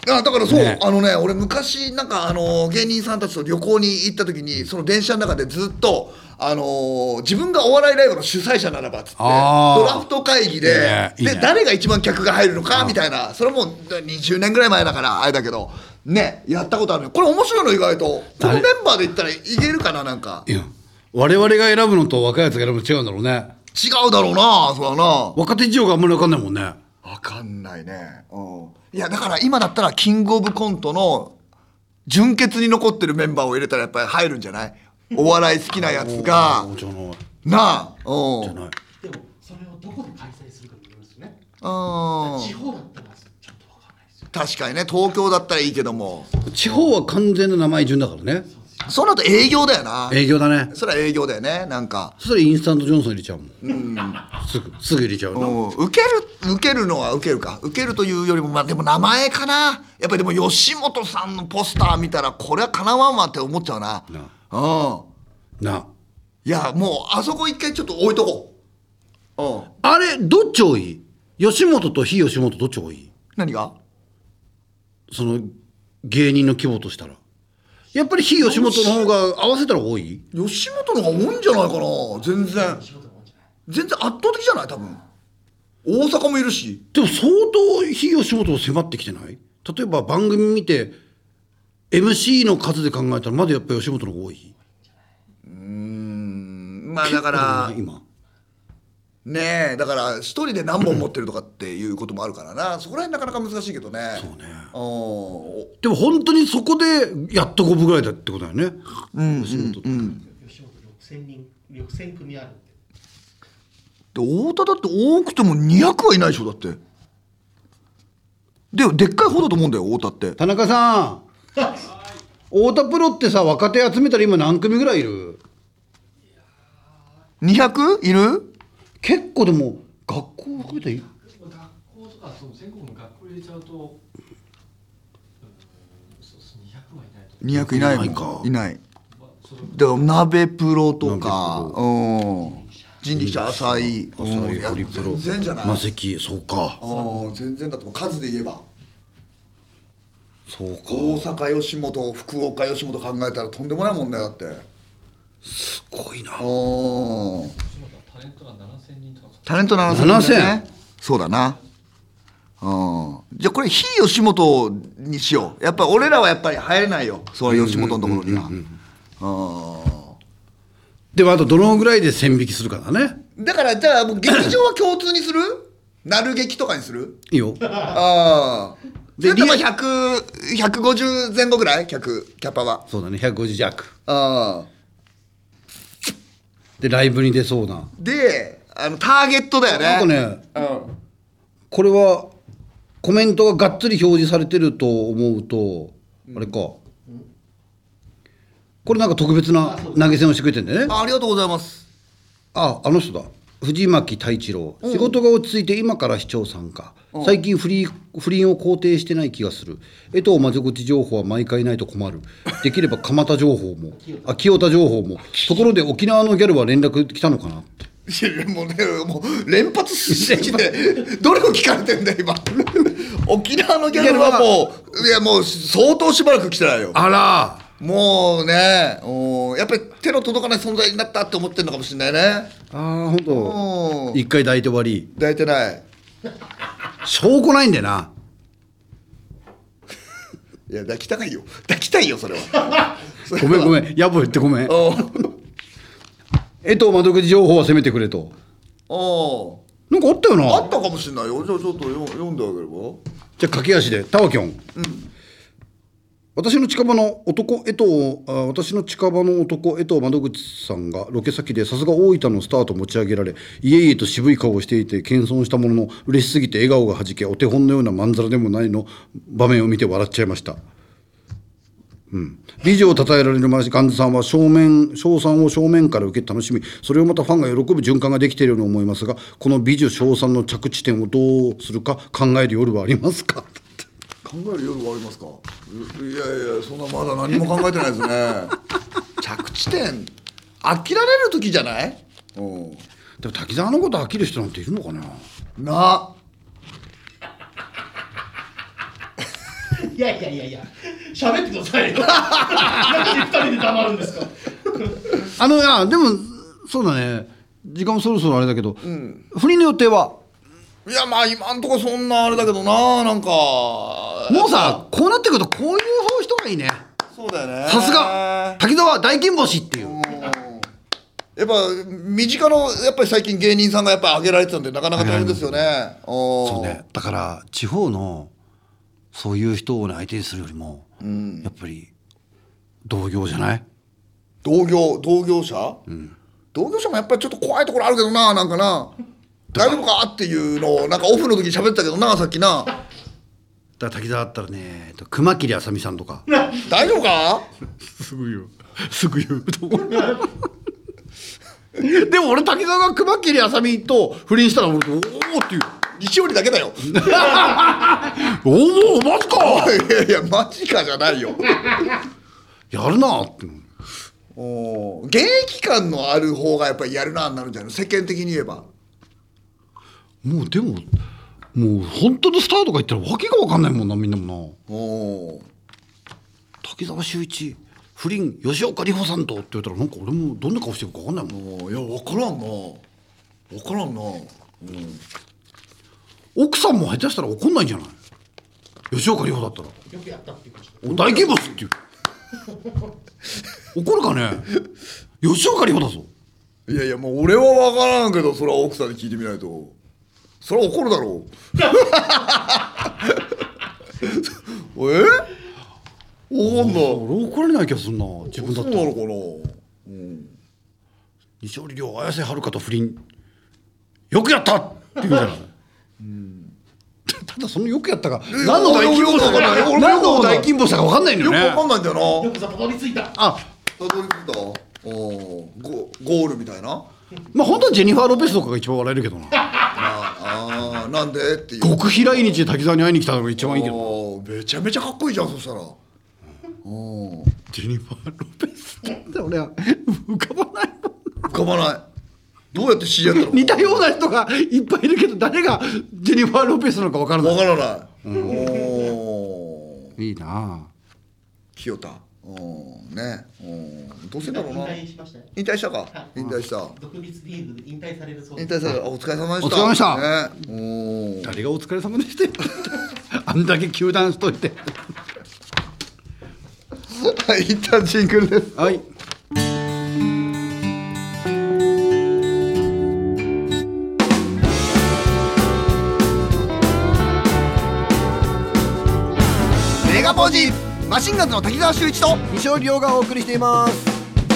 あだからそう、 ねあのね俺昔なんかあの芸人さんたちと旅行に行った時にその電車の中でずっとあのー自分がお笑いライブの主催者ならばっつってあードラフト会議でいいねいいねで誰が一番客が入るのかみたいなそれもにじゅうねんぐらい前だからあれだけどねやったことあるのよこれ面白いの意外とこのメンバーで言ったらいけるかななんかいや我々が選ぶのと若いやつが選ぶの違うんだろうね。 違うだろうなそうだな若手事情があんまり分かんないもんね。 分かんないねうんいやだから今だったらキングオブコントの純潔に残ってるメンバーを入れたらやっぱり入るんじゃないお笑い好きなやつがじゃないなあうんじゃないでもそれをどこで開催するかによるんですよね。 うん地方だったらちょっとわかんないですよ。 確かにね東京だったらいいけども地方は完全な名前順だからね。 その後営業だよな営業だね。 それは営業だよねなんかそしたらインスタントジョンソン入れちゃうもん、すぐすぐ入れちゃううの。 ん受ける受けるのは受けるか受けるというよりもまあでも名前かなやっぱりでも吉本さんのポスター見たらこれはかなわんわって思っちゃうななうんないやもうあそこ一回ちょっと置いとこううんあれどっち多い？吉本と非吉本どっち多い？ 何がその芸人の規模としたらやっぱり非吉本の方が合わせたら多い？ 吉本の方が多いんじゃないかな全然全然圧倒的じゃない多分大阪もいるしでも相当非吉本を迫ってきてない？例えば番組見て エムシー の数で考えたらまだやっぱり吉本の方が多い。 まあだから結構今ねえだから一人で何本持ってるとかっていうこともあるからなそこら辺なかなか難しいけどねそうねおでも本当にそこでやっと五分ぐらいだってことだよね。 うん吉本って、 うん吉本ろくせんにんろくせん組あるんで。 で太田だって多くてもにひゃくはいないでしょだってででっかい方だと思うんだよ太田って田中さん太田プロってさ若手集めたら今何組ぐらいいる？ にひゃくいる結構でも学校含めてい学校とかその全国の学校入れちゃうと、うん、そうそうにひゃくはいないと思う。 にひゃくいないもんいないかいないまあそれだから鍋プロとか鍋うん人力車浅井浅井うんいやホリプロ全然じゃないマセキそうかうん全然だと思う数で言えばそうか大阪吉本福岡吉本考えたらとんでもないもんねだってすごいな。 うん吉本はタレントがななせんにんとかかタレントななせんななせんねそうだなうんじゃあこれ非吉本にしようやっぱり俺らはやっぱり入れないよその吉本のところにはでもあとどのぐらいで線引きするかだね。 うんだからじゃあもう劇場は共通にするなる劇とかにするいいよああでででもリひゃく、ひゃくごじゅう前後ぐらい客キャパはそうだねひゃくごじゅう弱ああでライブに出そうな。 であのターゲットだよねなんかねうんこれはコメントががっつり表示されてると思うと、あれか、これなんか特別な投げ銭をしてくれてんだよね。 あありがとうございますああの人だ藤巻太一郎、仕事が落ち着いて今から市長参加、最近不倫不倫を肯定してない気がする。江藤窓口情報は毎回ないと困る。できれば蒲田情報もあ清田情報も。ところで沖縄のギャルは連絡来たのかなって。 いやもうねもう連発しすぎてどれを聞かれてんだよ今沖縄のギャルはもういやもう相当しばらく来てないよあらもうねうんやっぱり手の届かない存在になったって思ってるのかもしれないねあー本当うん一回抱いて終わり。 抱いてない証拠ないんだよな。 いや抱きたいよ抱きたいよそれはごめんごめんんやぼ言ってごめん。 うん江藤窓口情報は責めてくれと。 あなんかあったよな。 あったかもしれないよじゃあちょっと読読んであげればじゃあ駆け足でタワキョン、私の近場の男江藤あ私の近場の男江藤窓口さんがロケ先でさすが大分のスターと持ち上げられいえいえと渋い顔をしていて謙遜したものの嬉しすぎて笑顔がはじけお手本のようなまんざらでもないの場面を見て笑っちゃいました。うん、美女を称えられるガンズさんは正面称賛を正面から受け楽しみそれをまたファンが喜ぶ循環ができているように思いますがこの美女称賛の着地点をどうするか考える夜はありますか考える夜はありますかいいやいやそんなまだ何も考えてないですね着地点飽きられる時じゃないうんでも滝沢のこと飽きる人なんているのかな。 ないやいやいやいや、喋ってくださいよ。なんで二人で黙るんですか。 あのいやでもそうだね、時間もそろそろあれだけど、うん、不倫の予定は？ いやまあ今んとこそんなあれだけどな、なんかもうさこうなってくるとこういう人がいいね。 そうだよね。 さすが滝沢大金星っていう。 やっぱ身近のやっぱり最近芸人さんがやっぱ上げられてたんでなかなか大変ですよね。 そうね。だから地方のそういう人を、ね、相手にするよりも、うん、やっぱり同業じゃない？ 同業同業者？うん、同業者もやっぱりちょっと怖いところあるけどな、なんかな。大丈夫かっていうのをなんかオフの時に喋ってたけどな、さっきな。 だから滝沢だったらね、熊切あさみさんとか。 大丈夫か？ すぐ言う。すぐ言う。でも俺滝沢が熊切あさみと不倫したら俺おおっていう。 西織だけだよ。 おおマジか。 いやいやマジかじゃないよ。 やるなって。 お現役感のある方がやっぱりやるなになるんじゃないの、世間的に言えば。 もうでももう本当のスターとか言ったらわけが分かんないもんな、みんなもな。 お滝沢秀一不倫吉岡里帆さんとって言ったらなんか俺もどんな顔してるか分かんないもん。 いや分からんな分からんな、うん、 奥さんも下手したら怒んないんじゃない？吉岡里帆だったらよくやったって言いました。 大金星っていう怒るかね。吉岡里帆だぞ。 いやいやもう俺は分からんけど、それは奥さんに聞いてみないと。それは怒るだろう。え？わかんない。 俺怒られない気がするな、自分だったら。 そうなのかな、うん、 西織亮綾瀬はるかと不倫よくやったって言うじゃない、うん、ただそのよくやったが何の大金星だか何の大金星だか分かんないんだよね。 よく分かんないんだよな。 よくさたどり着いた。 あ、 たどり着いた。おゴゴールみたいな。 まあ本当はジェニファー・ロペスとかが一番笑えるけどな。 ああなんでっていう。 極秘来日で滝沢に会いに来たのが一番いいけど。 めちゃめちゃかっこいいじゃん、そしたら。 ジェニファー・ロペスって俺は浮かばないもん。 浮かばない。どうやって知り合ったの？ 似たような人がいっぱいいるけど誰がジェニファー・ロペスなのか分からない。 分からない、うん、 おいいな清田。ね、どうせだろうな。 引退しましたよ。 引退したか、はい、引退した。 独立リーグで引退されるそうです。引退される。お疲れ様でした。 お疲れ様でした、 ね、 お誰がお疲れ様でしたあんだけ球団しといてはい、一旦ジングルです。 はい。 メガポージマシンガンズの滝沢秀一と西尾亮がお送りしています。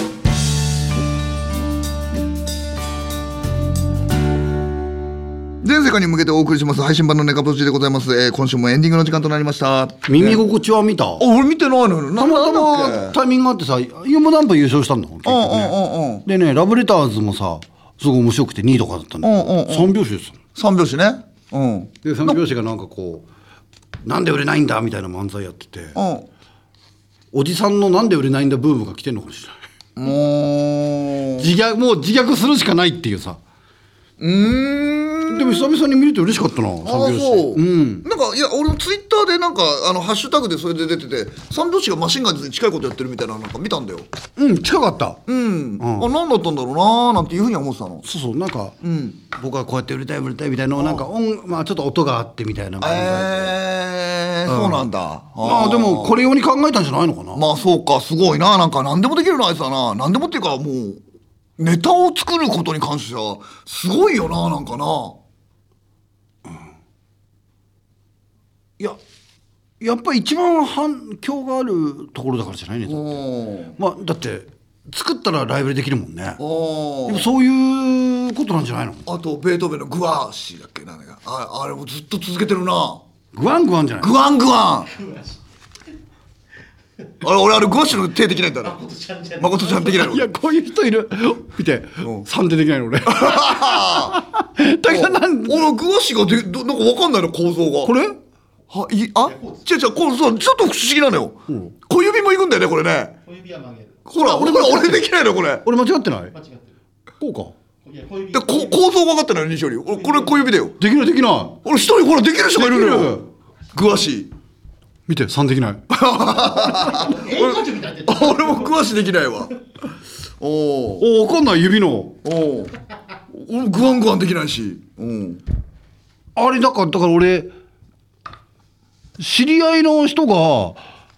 全世界に向けてお送りします配信版のネガポジでございます、えー、今週もエンディングの時間となりました。 耳心地は見た？あ、 俺見てないのよ。 たまたまタイミングがあってさ、ユーモダンプ優勝したんだもん、結構ね。でね、ラブレターズもさすごい面白くてにいとかだったんだけど、三拍子ですよ。 三拍子ね、うん、 で三拍子がなんかこうなんで売れないんだみたいな漫才やってて、おじさんのなんで売れないんだブームが来てんのかもしれない。もう自虐、もう自虐するしかないっていうさ。うーん、でも久々に見れて嬉しかったな。 ああそう、うん、なんかいや俺もツイッターでなんかあのハッシュタグでそれで出てて三拍子がマシンガンズに近いことやってるみたいななんか見たんだよ。 うん近かった。うん、 うん、あ何だったんだろうななんていうふうに思ってたの。 そうそうなんか、うん、僕はこうやって売りたい売りたいみたいなのをなんか音、まあ、ちょっと音があってみたいな。 えー、うん、そうなんだ。 まあでもこれ用に考えたんじゃないのかな。 まあそうかすごいな。なんか何でもできるなあいつだな。何でもっていうかもうネタを作ることに関してはすごいよななんかな。 いややっぱり一番反響があるところだからじゃないね。だってまあだって作ったらライブでできるもんね。でもそういうことなんじゃないの。 あとベートーベンのグワーシーだっけ、なんか あ, あれもずっと続けてるな。 グワングワンじゃない。 グワングワンあれ俺あれグワッシュの手できないんだね。まことちゃんできないの。 いやこういう人いる。見てさんでできないの俺。だからなん俺グワッシュがでなんか分かんないの構造が。 これはいあ違う違うこれさちょっと不思議なのよ、うん、小指もいくんだよねこれね。 小指は曲げる。 ほら俺俺できないのこれ。 俺間違ってない。 間違ってる。 こうか。 いや小指でこ構造が分かってないの西織。俺これ小指だよ。 できないできない。 俺一人ほらできる人がいるのよ。グワッシー見てさんできない。 映画中みたいになってる。 俺も詳しいできないわ。おおお分かんない指のおお俺グワングワンできないし。うんあれだからだから俺知り合いの人が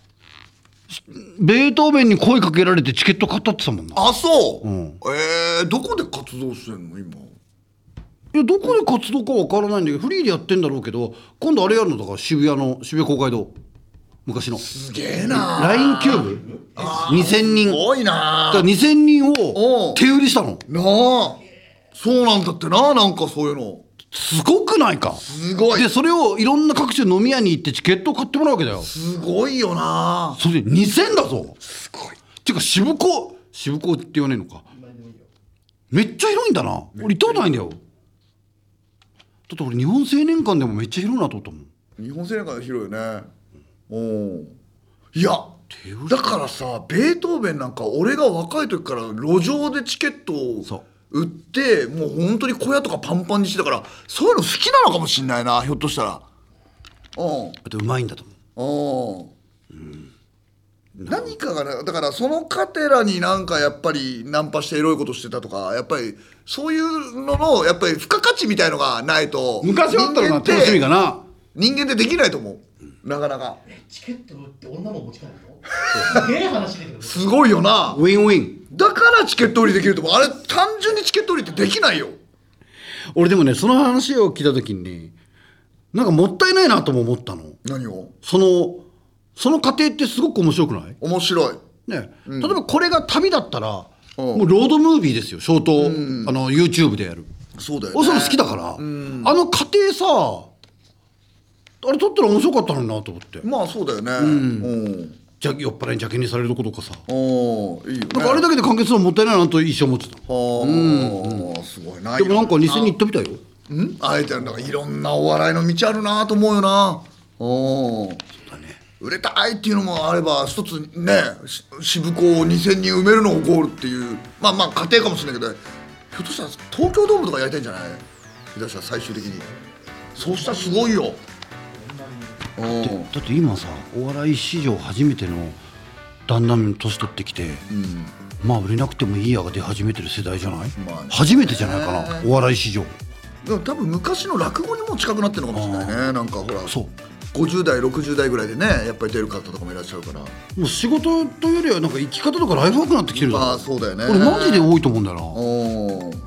ベートーベンに声かけられてチケット買ったって言ってたもんな。 あそう、 うんえー、どこで活動してんの今。 いやどこで活動かわからないんだけどフリーでやってんだろうけど今度あれやるのだから渋谷の渋谷公会堂昔のすげえなライン キューブにせんにんすごいだなからにせんにんおをう手売りしたの。 なあそうなんだってななんかそういうのすごくないか。 すごいでそれをいろんな各種飲み屋に行ってチケットを買ってもらうわけだよ。 すごいよなそれでにせんだぞ。 すごいていうか渋港渋港って言わねえのか。めっちゃ広いんだな。俺行ったことないんだよ。だって俺日本青年館でもめっちゃ広いなと思ったもん。 日本青年館広いよね。おおいやだからさベートーベンなんか俺が若い時から路上でチケットそうを売ってもう本当に小屋とかパンパンにしてたからそういうの好きなのかもしんないなひょっとしたら。うんだってうまいんだと思う。 うん何かがねだからその彼らになんかやっぱりナンパしてエロいことしてたとかやっぱりそういうののやっぱり付加価値みたいのがないと昔はあったらな人間って楽しみかな。 人間ってできないと思うなかなか。 えチケット売って女も持ち帰るの？すげえ話だけど。 すごいよな。 ウィンウィン。 だからチケット売りできると思う。あれ単純にチケット売りってできないよ。 俺でもねその話を聞いた時にねなんかもったいないなとも思ったの。 何をそのその過程ってすごく面白くない面白い。 ね、例えばこれが旅だったら、 うんもうロードムービーですよショート、あの YouTube でやる。 そうだよね。 俺それ好きだから、あの過程さあれ撮ったら面白かったのになと思って。 まあそうだよね。うん。 じゃ酔っ払いに邪気にされるとことかさおーいいよね。 なんかあれだけで完結するのもったいないなと一生思ってた。 はあすごいな。 でもなんかにせんにん行ったみたいよ。 うんあえてなんかいろんなお笑いの道あるなと思うよな。おー売れたいっていうのもあれば一つねし渋港をにせんにん埋めるのをゴールっていうまあまあ家庭かもしれないけどひょっとしたら東京ドームとかやりたいんじゃない下手したら最終的にそうしたらすごいよ。おでーだって今さお笑い史上初めてのだんだん年取ってきて、 うんまあ売れなくてもいいやが出始めてる世代じゃない、 まあね初めてじゃないかなお笑い史上。 でも多分昔の落語にも近くなってるのかもしれないね。なんかほらそうごじゅう代ろくじゅう代ぐらいでねやっぱり出る方とかもいらっしゃるから。 もう仕事というよりはなんか生き方とかライフワークになってきてるじゃん。 まあそうだよね。 これマジで多いと思うんだよな。 おー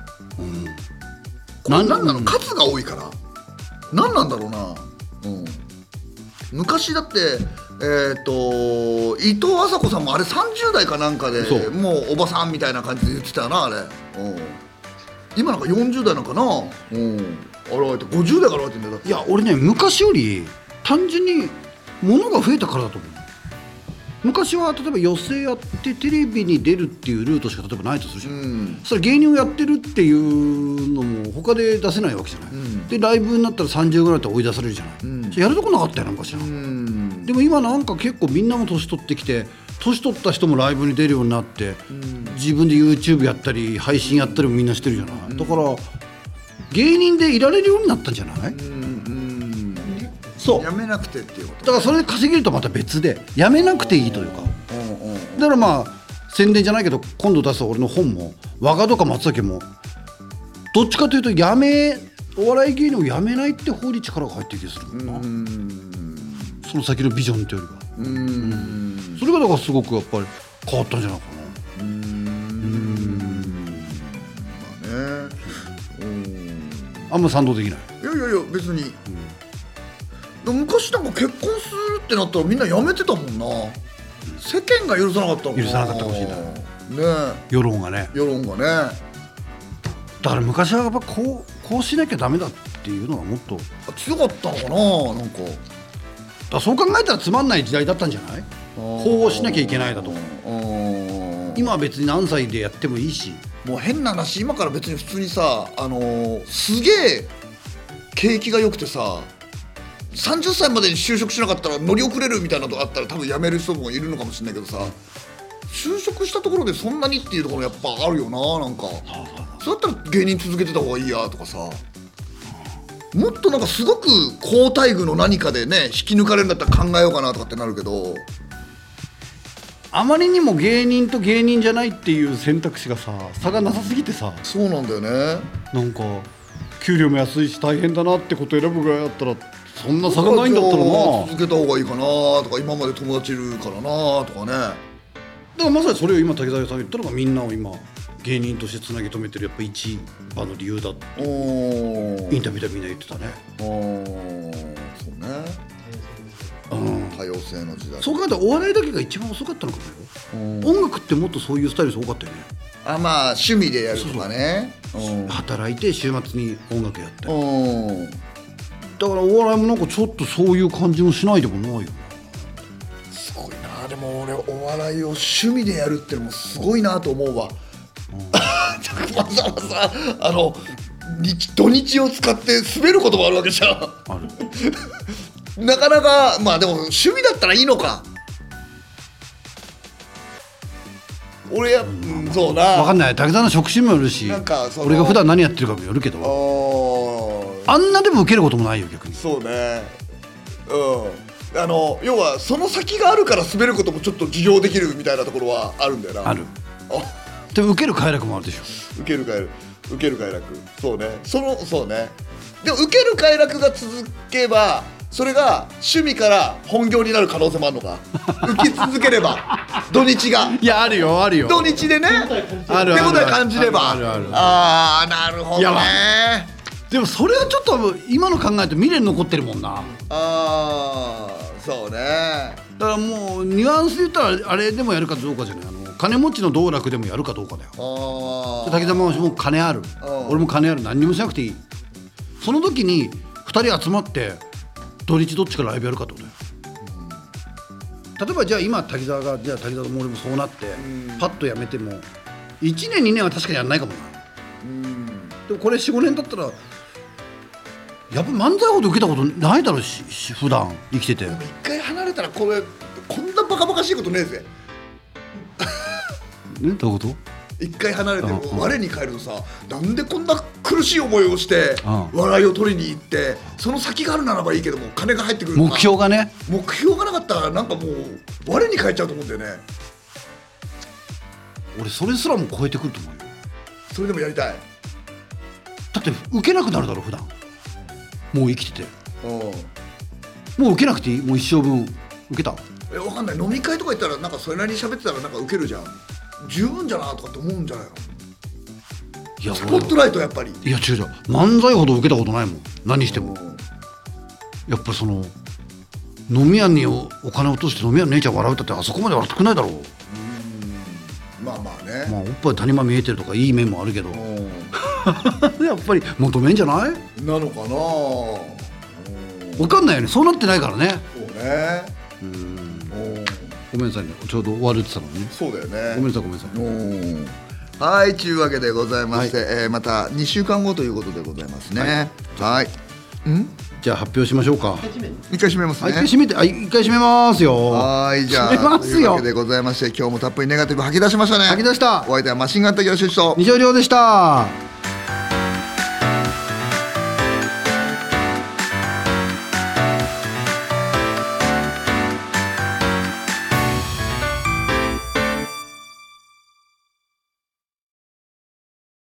ななんなのうん数が多いから何なんだろうな、うん、昔だってえっ、と伊藤麻子さんもあれさんじゅう代かなんかでそうもうおばさんみたいな感じで言ってたよなあれ、うん、今なんかよんじゅう代なんかな、うん、現れてごじゅう代から現れてんだよ。 いや俺ね昔より単純に物が増えたからだと思う。昔は例えば寄席やってテレビに出るっていうルートしか例えばないとするじゃん、 うん、 それ芸人をやってるっていうのも他で出せないわけじゃない、 んでライブになったらさんじゅうぐらいだったら追い出されるじゃない、 んそれやるとこなかったよな昔は、 うんでも今なんか結構みんなも年取ってきて年取った人もライブに出るようになって、自分で YouTube やったり配信やったりもみんなしてるじゃない、だから芸人でいられるようになったんじゃない、 うんうんそうやめなくてっていうことだからそれで稼げるとまた別でやめなくていいというか、 うんうんだからまあ宣伝じゃないけど今度出す俺の本も和賀とか松崎もどっちかというとやめお笑い芸人をやめないって方に力が入ってる気がするんだな、その先のビジョンというよりは、 うんそれがだからすごくやっぱり変わったんじゃないかな。 まあねうんあんま賛同できない。 いやいやいや別に、でも昔なんか結婚するってなったらみんなやめてたもんな、世間が許さなかったのかな。 許さなかったかもしれないね世論がね。 世論がねだから昔はやっぱこうこうしなきゃダメだっていうのはもっとだか強かったのかななんか。 らそう考えたらつまんない時代だったんじゃない。こうしなきゃいけないだとかうん今は別に何歳でやってもいいし。 もう変な話今から別に普通にさあのーすげえ景気が良くてささんじゅっさいまでに就職しなかったら乗り遅れるみたいなのがあったら多分辞める人もいるのかもしれないけどさ就職したところでそんなにっていうところやっぱあるよななんか。そうだったら芸人続けてた方がいいやとかさもっとなんかすごく好待遇の何かでね引き抜かれるんだったら考えようかなとかってなるけど、 あまりにも芸人と芸人じゃないっていう選択肢がさ差がなさすぎてさ、 そうなんだよね。 なんか給料も安いし大変だなってことを選ぶぐらいだったらそんな差がないんだったらな。 続けた方がいいかなとか、今まで友達いるからなとかね。 だからまさにそれを今滝沢さん言ったのがみんなを今芸人としてつなぎ止めてるやっぱ一番の理由だっておーインタビューでみんな言ってたね。 おーそうね、 うん多様性の時代。 そう考えたらお笑いだけが一番遅かったのかもよ。音楽ってもっとそういうスタイル多かったよね。 あ、まあ趣味でやるとかね。うん働いて週末に音楽やったり、 うんだからお笑いもなんかちょっとそういう感じもしないでもないよ。 すごいな。でも俺お笑いを趣味でやるってのもすごいなと思うわ。わざわざあの日土日を使って滑ることもあるわけじゃん。 あるなかなか。まあでも趣味だったらいいのか。俺や、うん、そうな。 分かんない。滝沢の職種もよるし、 なんかその俺が普段何やってるかもよるけあど、 ーあんなでも受けることもないよ逆に。 そうね。うん。あの要はその先があるから滑ることもちょっと受容できるみたいなところはあるんだよな。 ある。 あ、 でも受ける快楽もあるでしょ。 受ける快楽、受ける快楽。そうね。そのそうね。でも受ける快楽が続けば、それが趣味から本業になる可能性もあるのか。受け続ければ土日が。 いやあるよあるよ。 土日でね。 あるある手応え感じれば。 あるあるあるああ、なるほいやどね。 でもそれはちょっと今の考えると未練残ってるもんな。 ああ、そうね。 だからもうニュアンスで言ったらあれでもやるかどうかじゃない。あの金持ちの道楽でもやるかどうかだよ。 ああ。 滝沢ももう金ある、 うん俺も金ある、何にもしなくていい。その時にふたり集まって土日どっちかライブやるかってことだよ。例えばじゃあ今滝沢がじゃあ滝沢も俺もそうなって、パッとやめてもいちねんにねんは確かにやらないかもな。でもこれ よん,ご 年だったらやっぱ漫才ほど受けたことないだろうし、し普段生きてて。 一回離れたらこれこんなバカバカしいことねえぜ。 ね、どういうこと？ 一回離れてうんうん我に返るとさ、なんでこんな苦しい思いをしてうん笑いを取りに行って、その先があるならばいいけども金が入ってくるとか目標がね。 目標がなかったらなんかもう我に返っちゃうと思うんだよね。 俺それすらも超えてくると思うよ。 それでもやりたい。 だって受けなくなるだろ普段もう生きてて。 うん。 もう受けなくていい。もう一生分受けた。 え、わかんない。飲み会とか行ったらなんかそれなりに喋ってたらなんかウケるじゃん。十分じゃなとかって思うんじゃないの。 いやスポットライトやっぱり。 いや違う違う、漫才ほど受けたことないもん何しても。 うんやっぱその飲み屋におお金落として飲み屋の姉ちゃん笑うたってあそこまで笑ってくんないだろう。 まあまあね。 まあおっぱい谷間見えてるとかいい面もあるけどうやっぱり求めんじゃない。 ん。なのかな。うん分かんないよね。そうなってないからね。 そうね。 うんうんごめんなさいね、ちょうど終わるって言ってたのにね。 そうだよね。 ごめんなさいごめんなさい。 うんはい、というわけでございまして、えーまたにしゅうかんごということでございますね。はい。んじゃあ発表しましょうか。 一回締めますあね。 一回閉めて、あ一回閉めますよ。 はい、じゃあ閉めますよというわけでございまして、今日もたっぷりネガティブ吐き出しましたね。 吐き出したお相手はマシンガンタギョシュシと。 西尾亮でした。